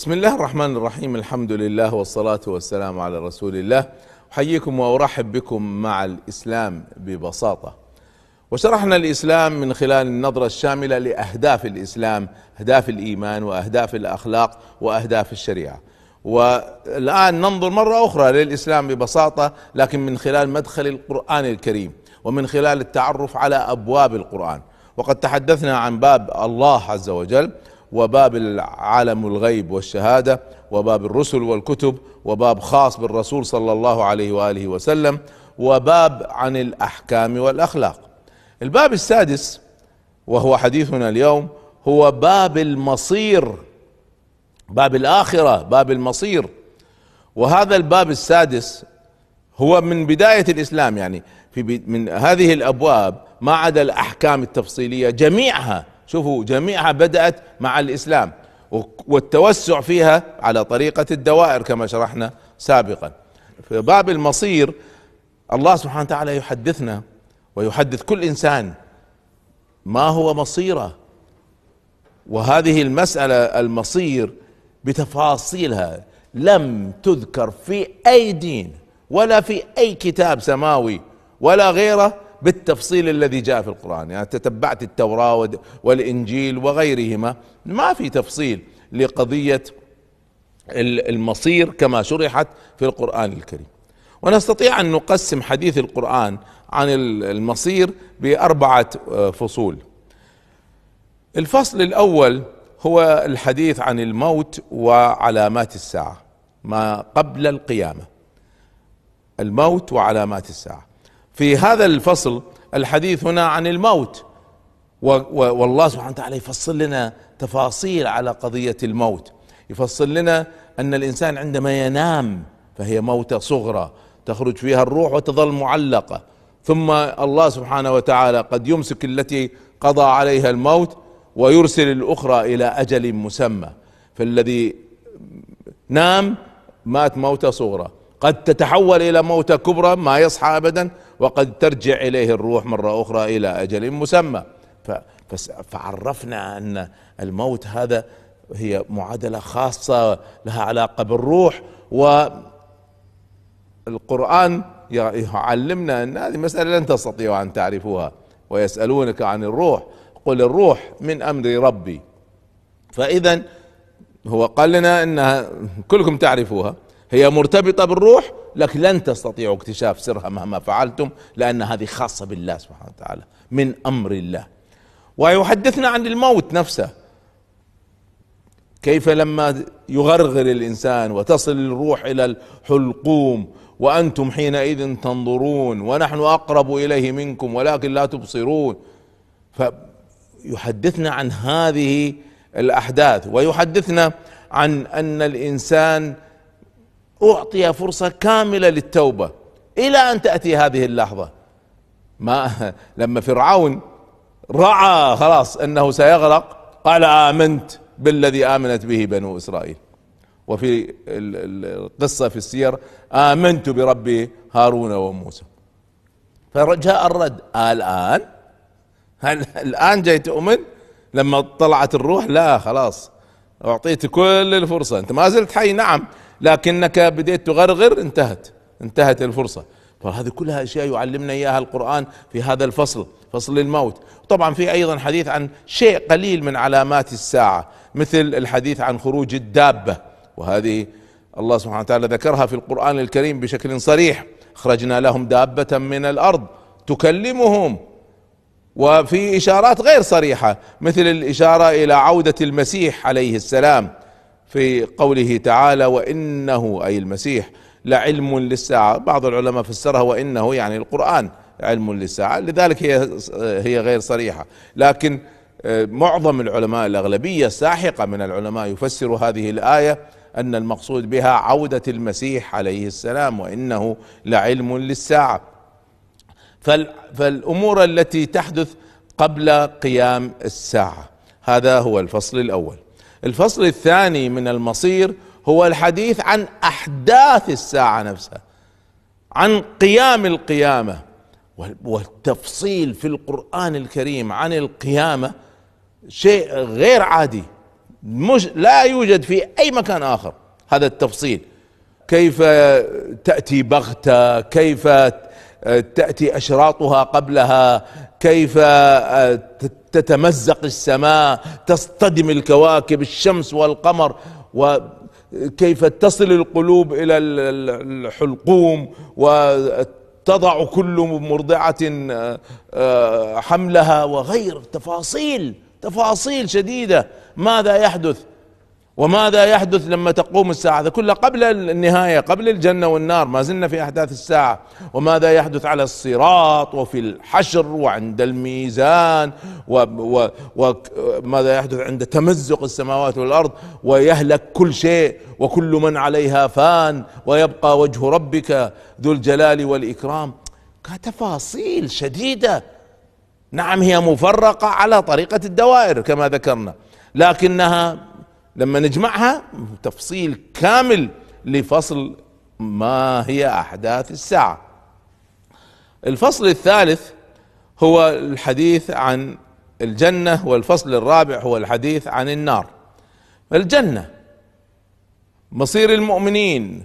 بسم الله الرحمن الرحيم. الحمد لله والصلاة والسلام على رسول الله. أحييكم وأرحب بكم مع الإسلام ببساطة. وشرحنا الإسلام من خلال النظرة الشاملة لأهداف الإسلام، أهداف الإيمان وأهداف الأخلاق وأهداف الشريعة. والآن ننظر مرة أخرى للإسلام ببساطة، لكن من خلال مدخل القرآن الكريم ومن خلال التعرف على أبواب القرآن. وقد تحدثنا عن باب الله عز وجل، وباب العالم الغيب والشهادة، وباب الرسل والكتب، وباب خاص بالرسول صلى الله عليه وآله وسلم، وباب عن الأحكام والأخلاق. الباب السادس وهو حديثنا اليوم هو باب المصير، باب الآخرة، باب المصير. وهذا الباب السادس هو من بداية الإسلام، يعني من هذه الأبواب ما عدا الأحكام التفصيلية جميعها، شوفوا جميعها بدأت مع الإسلام، والتوسع فيها على طريقة الدوائر كما شرحنا سابقا. في باب المصير الله سبحانه وتعالى يحدثنا ويحدث كل إنسان ما هو مصيره، وهذه المسألة المصير بتفاصيلها لم تذكر في أي دين ولا في أي كتاب سماوي ولا غيره بالتفصيل الذي جاء في القرآن. يعني تتبعت التوراة والإنجيل وغيرهما ما في تفصيل لقضية المصير كما شرحت في القرآن الكريم. ونستطيع أن نقسم حديث القرآن عن المصير بأربعة فصول. الفصل الأول هو الحديث عن الموت وعلامات الساعة، ما قبل القيامة، الموت وعلامات الساعة. في هذا الفصل الحديث هنا عن الموت، والله سبحانه وتعالى يفصل لنا تفاصيل على قضية الموت. يفصل لنا أن الإنسان عندما ينام فهي موتة صغرى تخرج فيها الروح وتظل معلقة، ثم الله سبحانه وتعالى قد يمسك التي قضى عليها الموت ويرسل الأخرى إلى أجل مسمى. فالذي نام مات موتة صغرى، قد تتحول إلى موتة كبرى ما يصحى أبدا، وقد ترجع إليه الروح مرة أخرى إلى أجل مسمى. فعرفنا أن الموت هذا هي معادلة خاصة لها علاقة بالروح، والقرآن يعلمنا أن هذه مسألة لن تستطيعوا أن تعرفوها. ويسألونك عن الروح قل الروح من أمر ربي. فإذا هو قال لنا أنها كلكم تعرفوها، هي مرتبطة بالروح، لكن لن تستطيعوا اكتشاف سرها مهما فعلتم، لأن هذه خاصة بالله سبحانه وتعالى من أمر الله. ويحدثنا عن الموت نفسه، كيف لما يغرغر الإنسان وتصل الروح إلى الحلقوم وأنتم حينئذ تنظرون ونحن أقرب إليه منكم ولكن لا تبصرون. فيحدثنا عن هذه الأحداث، ويحدثنا عن أن الإنسان أعطي فرصة كاملة للتوبة إلى أن تأتي هذه اللحظة. ما لما فرعون رأى خلاص أنه سيغرق قال آمنت بالذي آمنت به بنو إسرائيل. وفي القصة في السير آمنت برب هارون وموسى. فرجاء الرد الآن، هل الآن جاي تؤمن؟ لما طلعت الروح لا، خلاص أعطيت كل الفرصة، أنت ما زلت حي نعم، لكنك بديت تغرغر، انتهت الفرصة. فهذه كلها أشياء يعلمنا إياها القرآن في هذا الفصل، فصل الموت. طبعا في أيضا حديث عن شيء قليل من علامات الساعة، مثل الحديث عن خروج الدابة، وهذه الله سبحانه وتعالى ذكرها في القرآن الكريم بشكل صريح: أخرجنا لهم دابة من الأرض تكلمهم. وفي إشارات غير صريحة، مثل الإشارة إلى عودة المسيح عليه السلام في قوله تعالى: وإنه أي المسيح لعلم للساعة. بعض العلماء فسرها وإنه يعني القرآن علم للساعة، لذلك هي غير صريحة. لكن معظم العلماء، الأغلبية الساحقة من العلماء، يفسر هذه الآية أن المقصود بها عودة المسيح عليه السلام، وإنه لعلم للساعة. فالأمور التي تحدث قبل قيام الساعة، هذا هو الفصل الأول. الفصل الثاني من المصير هو الحديث عن أحداث الساعة نفسها، عن قيام القيامة. والتفصيل في القرآن الكريم عن القيامة شيء غير عادي، مش لا يوجد في اي مكان اخر هذا التفصيل. كيف تأتي بغتة، كيف تأتي أشراطها قبلها، كيف تتمزق السماء، تصطدم الكواكب الشمس والقمر، وكيف تصل القلوب إلى الحلقوم وتضع كل مرضعة حملها، وغير تفاصيل شديدة. ماذا يحدث وماذا يحدث لما تقوم الساعة؟ هذا كله قبل النهاية، قبل الجنة والنار، ما زلنا في أحداث الساعة. وماذا يحدث على الصراط وفي الحشر وعند الميزان، وماذا يحدث عند تمزق السماوات والأرض ويهلك كل شيء وكل من عليها فان ويبقى وجه ربك ذو الجلال والإكرام. تفاصيل شديدة. نعم، هي مفرقة على طريقة الدوائر كما ذكرنا، لكنها لما نجمعها تفصيل كامل لفصل ما هي أحداث الساعة. الفصل الثالث هو الحديث عن الجنة، والفصل الرابع هو الحديث عن النار. الجنة مصير المؤمنين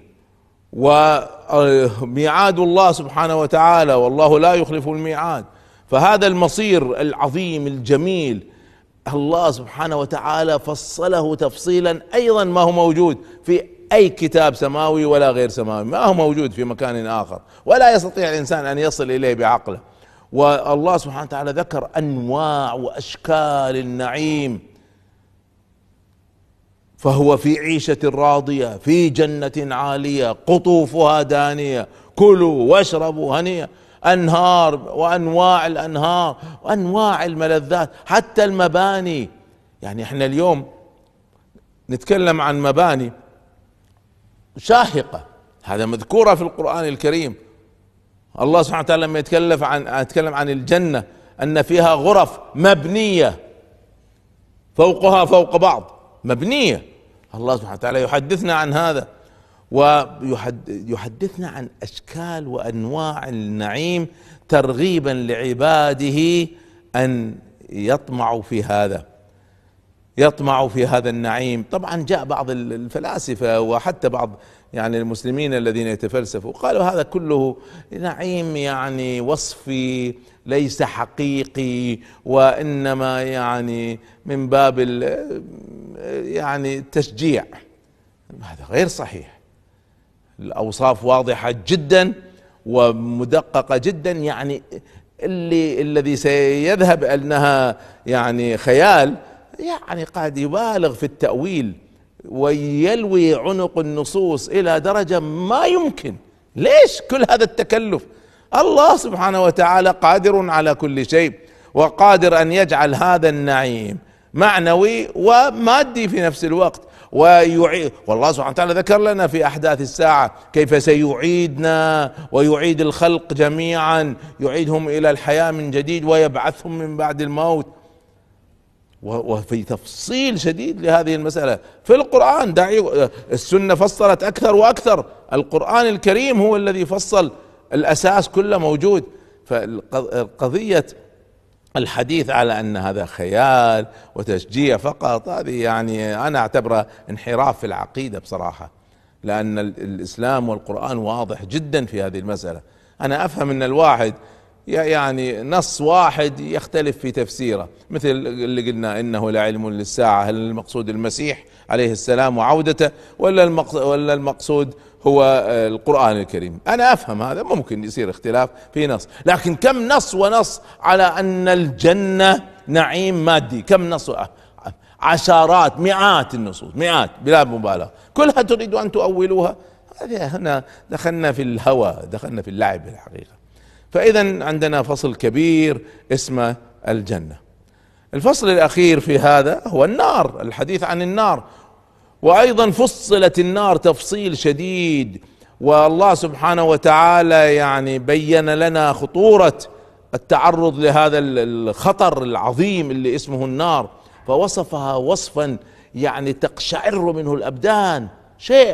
وميعاد الله سبحانه وتعالى، والله لا يخلف الميعاد. فهذا المصير العظيم الجميل الله سبحانه وتعالى فصله تفصيلا ايضا ما هو موجود في اي كتاب سماوي ولا غير سماوي، ما هو موجود في مكان اخر، ولا يستطيع الانسان ان يصل اليه بعقله. والله سبحانه وتعالى ذكر انواع واشكال النعيم، فهو في عيشة راضية في جنة عالية قطوفها دانية كلوا واشربوا هنيئا. انهار وانواع الانهار وانواع الملذات، حتى المباني. يعني احنا اليوم نتكلم عن مباني شاهقة، هذا مذكورة في القرآن الكريم. الله سبحانه وتعالى لما يتكلم عن الجنة ان فيها غرف مبنية فوقها فوق بعض، مبنية. الله سبحانه وتعالى يحدثنا عن هذا، ويحدثنا عن أشكال وأنواع النعيم ترغيبا لعباده أن يطمعوا في هذا النعيم. طبعا جاء بعض الفلاسفة وحتى بعض يعني المسلمين الذين يتفلسفوا قالوا هذا كله نعيم يعني وصفي ليس حقيقي، وإنما يعني من باب يعني التشجيع. هذا غير صحيح. الأوصاف واضحة جدا ومدققة جدا. يعني الذي سيذهب أنها يعني خيال يعني قد يبالغ في التأويل ويلوي عنق النصوص إلى درجة ما يمكن. ليش كل هذا التكلف؟ الله سبحانه وتعالى قادر على كل شيء، وقادر أن يجعل هذا النعيم معنوي ومادي في نفس الوقت. والله سبحانه وتعالى ذكر لنا في أحداث الساعة كيف سيعيدنا ويعيد الخلق جميعا، يعيدهم إلى الحياة من جديد ويبعثهم من بعد الموت. وفي تفصيل شديد لهذه المسألة في القرآن. السنة فصلت أكثر وأكثر، القرآن الكريم هو الذي فصل، الأساس كله موجود. فالقضية الحديث على أن هذا خيال وتشجيع فقط، هذه يعني أنا أعتبرها انحراف في العقيدة بصراحة، لأن الإسلام والقرآن واضح جدا في هذه المسألة. أنا أفهم أن الواحد يعني نص واحد يختلف في تفسيره، مثل اللي قلنا إنه لعلم للساعة، هل المقصود المسيح عليه السلام وعودته ولا المقصود هو القرآن الكريم؟ أنا أفهم هذا، ممكن يصير اختلاف في نص، لكن كم نص ونص على أن الجنة نعيم مادي؟ كم نص؟ عشرات مئات النصوص، مئات بلا مبالغة، كلها تريد أن تؤولوها. هنا دخلنا في الهوى، دخلنا في اللعب بالحقيقة. فإذا عندنا فصل كبير اسمه الجنة. الفصل الأخير في هذا هو النار، الحديث عن النار. وأيضا فصلت النار تفصيل شديد، والله سبحانه وتعالى يعني بين لنا خطورة التعرض لهذا الخطر العظيم اللي اسمه النار، فوصفها وصفا يعني تقشعر منه الأبدان، شيء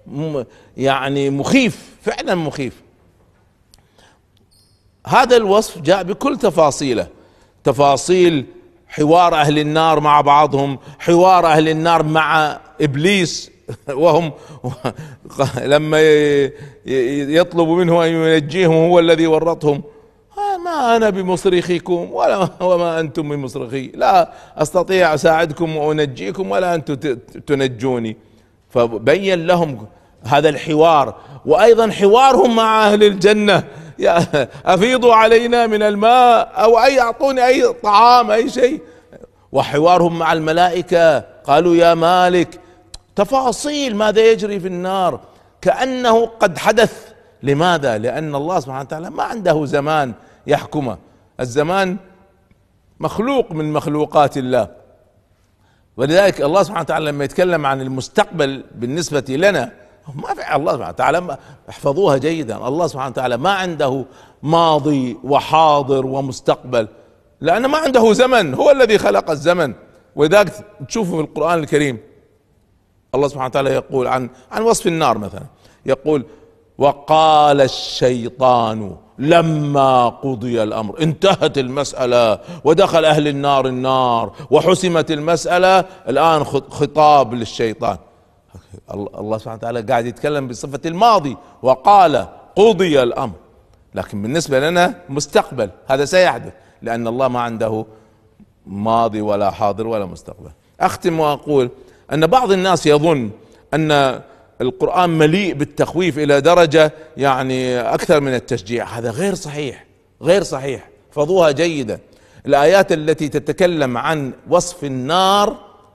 يعني مخيف، فعلا مخيف. هذا الوصف جاء بكل تفاصيله، تفاصيل حوار اهل النار مع بعضهم، حوار اهل النار مع ابليس وهم لما يطلب منه ان ينجيهم هو الذي ورطهم. ما انا بمصرخكم وما انتم بمصرخي، لا استطيع اساعدكم وانجيكم ولا انتم تنجوني. فبين لهم هذا الحوار، وايضا حوارهم مع اهل الجنة، افيضوا علينا من الماء او اعطوني اي طعام اي شيء. وحوارهم مع الملائكة، قالوا يا مالك، تفاصيل ماذا يجري في النار كأنه قد حدث. لماذا؟ لأن الله سبحانه وتعالى ما عنده زمان يحكمه، الزمان مخلوق من مخلوقات الله. ولذلك الله سبحانه وتعالى لما يتكلم عن المستقبل بالنسبة لنا، ما في الله سبحانه وتعالى، احفظوها جيدا، الله سبحانه وتعالى ما عنده ماضي وحاضر ومستقبل، لأنه ما عنده زمن، هو الذي خلق الزمن. ولذلك تشوفوا في القرآن الكريم الله سبحانه وتعالى يقول عن وصف النار مثلا، يقول وقال الشيطان لما قضي الأمر، انتهت المسألة ودخل أهل النار وحسمت المسألة، الآن خطاب للشيطان. الله سبحانه وتعالى قاعد يتكلم بصفة الماضي، وقال قضي الأمر، لكن بالنسبة لنا مستقبل، هذا سيحدث، لأن الله ما عنده ماضي ولا حاضر ولا مستقبل. أختم وأقول أن بعض الناس يظن أن القرآن مليء بالتخويف إلى درجة يعني أكثر من التشجيع، هذا غير صحيح، غير صحيح. احفظوها جيدا، الآيات التي تتكلم عن وصف النار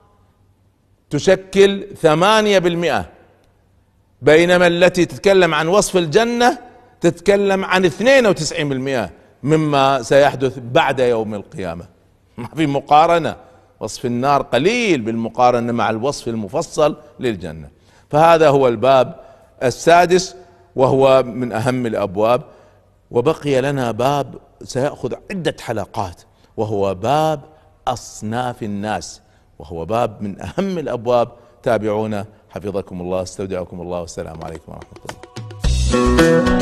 تشكل 8%، بينما التي تتكلم عن وصف الجنة تتكلم عن 92% مما سيحدث بعد يوم القيامة. ما في مقارنة، وصف النار قليل بالمقارنة مع الوصف المفصل للجنة. فهذا هو الباب السادس، وهو من أهم الأبواب. وبقي لنا باب سيأخذ عدة حلقات، وهو باب أصناف الناس، وهو باب من أهم الأبواب. تابعونا، حفظكم الله، استودعكم الله، والسلام عليكم ورحمة الله.